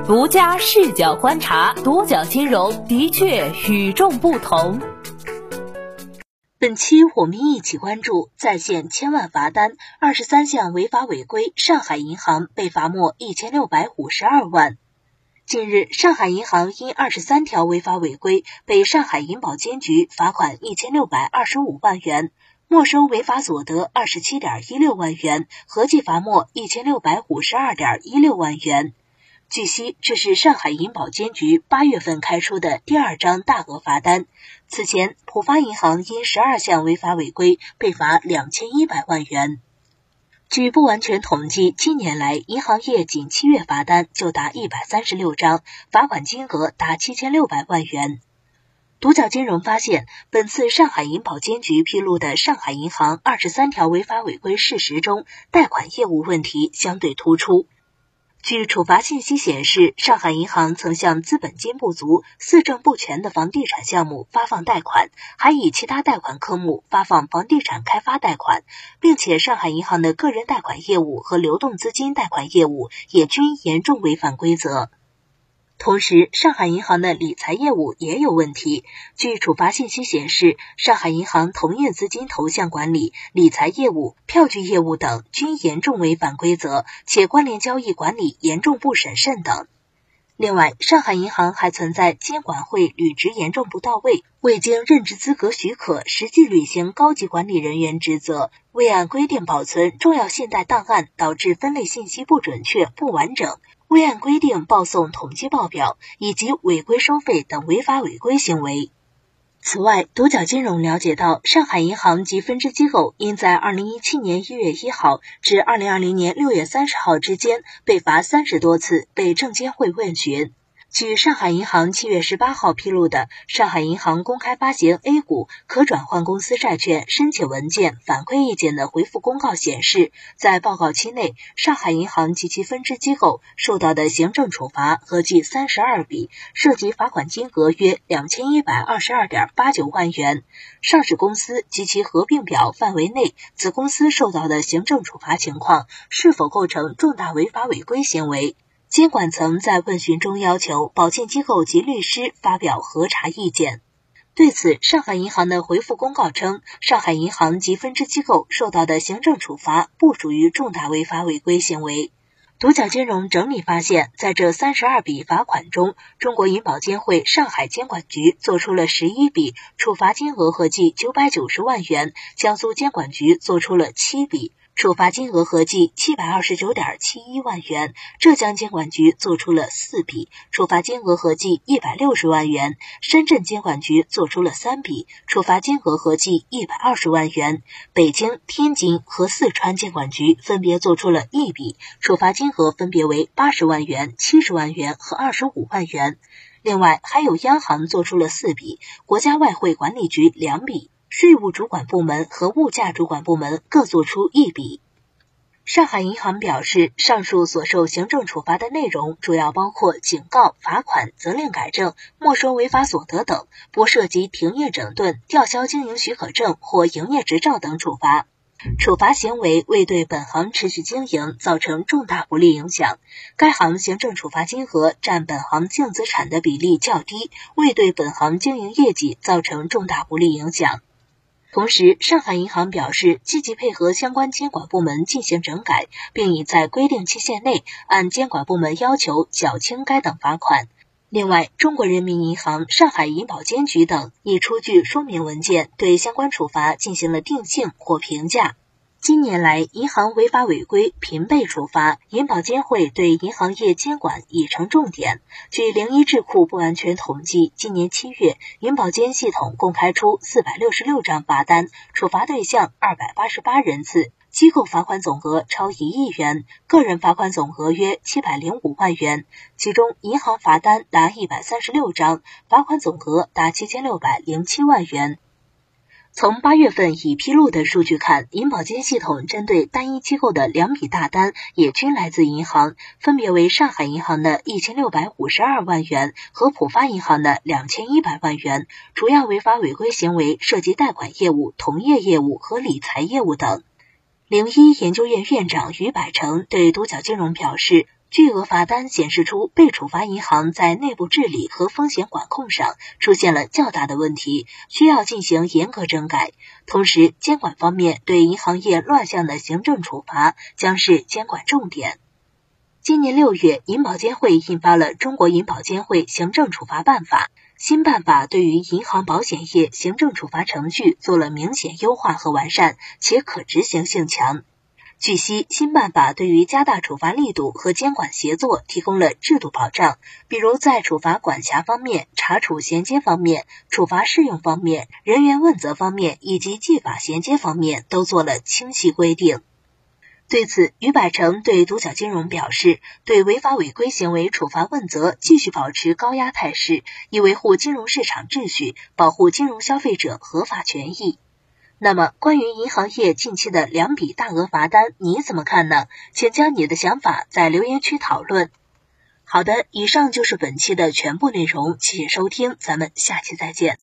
独家视角观察，独角金融的确与众不同。 本期我们一起关注再现千万罚单，23项违法违规，上海银行被罚没1652万。近日，上海银行因23条违法违规，被上海银保监局罚款1625万元，没收违法所得27.16万元，合计罚没1652.16万元。据悉，这是上海银保监局8月份开出的第2张大额罚单。此前，浦发银行因12项违法违规被罚2100万元。据不完全统计，今年来银行业仅7月罚单就达136张，罚款金额达7600万元。独角金融发现，本次上海银保监局披露的上海银行23条违法违规事实中，贷款业务问题相对突出。据处罚信息显示，上海银行曾向资本金不足、四证不全的房地产项目发放贷款，还以其他贷款科目发放房地产开发贷款，并且上海银行的个人贷款业务和流动资金贷款业务也均严重违反规则。同时，上海银行的理财业务也有问题。据处罚信息显示，上海银行同业资金投向管理、理财业务、票据业务等均严重违反规则，且关联交易管理严重不审慎等。另外，上海银行还存在监管会履职严重不到位，未经任职资格许可实际履行高级管理人员职责，未按规定保存重要信贷档案，导致分类信息不准确、不完整，未按规定报送统计报表，以及违规收费等违法违规行为。此外，独角金融了解到，上海银行及分支机构因在2017年1月1号至2020年6月30号之间被罚30多次，被证监会问询。据上海银行7月18号披露的上海银行公开发行 A 股可转换公司债券申请文件反馈意见的回复公告显示，在报告期内，上海银行及其分支机构受到的行政处罚合计32笔，涉及罚款金额约2122.89万元。上市公司及其合并表范围内子公司受到的行政处罚情况是否构成重大违法违规行为。监管层在问询中要求保荐机构及律师发表核查意见。对此，上海银行的回复公告称，上海银行及分支机构受到的行政处罚不属于重大违法违规行为。独角金融整理发现，在这32笔罚款中，中国银保监会上海监管局作出了11笔，处罚金额合计990万元，江苏监管局作出了7笔，处罚金额合计729.71万元，浙江监管局作出了4笔，处罚金额合计160万元，深圳监管局作出了3笔，处罚金额合计120万元，北京、天津和四川监管局分别作出了1笔，处罚金额分别为80万元、70万元和25万元。另外，还有央行作出了4笔，国家外汇管理局2笔，税务主管部门和物价主管部门各作出1笔。上海银行表示，上述所受行政处罚的内容主要包括警告、罚款、责令改正、没收违法所得等，不涉及停业整顿、吊销经营许可证或营业执照等处罚。处罚行为未对本行持续经营造成重大不利影响，该行行政处罚金额占本行净资产的比例较低，未对本行经营业绩造成重大不利影响。同时，上海银行表示，积极配合相关监管部门进行整改，并已在规定期限内按监管部门要求缴清该等罚款。另外，中国人民银行、上海银保监局等已出具说明文件，对相关处罚进行了定性或评价。近年来，银行违法违规频被处罚，银保监会对银行业监管已成重点。据01智库不完全统计，今年7月，银保监系统共开出466张罚单，处罚对象288人次，机构罚款总额超1亿元，个人罚款总额约705万元，其中银行罚单达136张，罚款总额达7607万元。从8月份已披露的数据看，银保监系统针对单一机构的2笔大单也均来自银行，分别为上海银行的1652万元和浦发银行的2100万元，主要违法违规行为涉及贷款业务、同业业务和理财业务等。01研究院院长于百成对独角金融表示， 巨额罚单显示出被处罚银行在内部治理和风险管控上出现了较大的问题，需要进行严格整改。同时，监管方面对银行业乱象的行政处罚将是监管重点。今年6月，银保监会印发了《中国银保监会行政处罚办法》。新办法对于银行保险业行政处罚程序做了明显优化和完善，且可执行性强。据悉，新办法对于加大处罚力度和监管协作提供了制度保障，比如在处罚管辖方面、查处衔接方面、处罚适用方面、人员问责方面以及纪法衔接方面都做了清晰规定。对此，于百成对独角金融表示，对违法违规行为处罚问责继续保持高压态势，以维护金融市场秩序，保护金融消费者合法权益。那么，关于银行业近期的2笔大额罚单，你怎么看呢？请将你的想法在留言区讨论。好的，以上就是本期的全部内容，谢谢收听，咱们下期再见。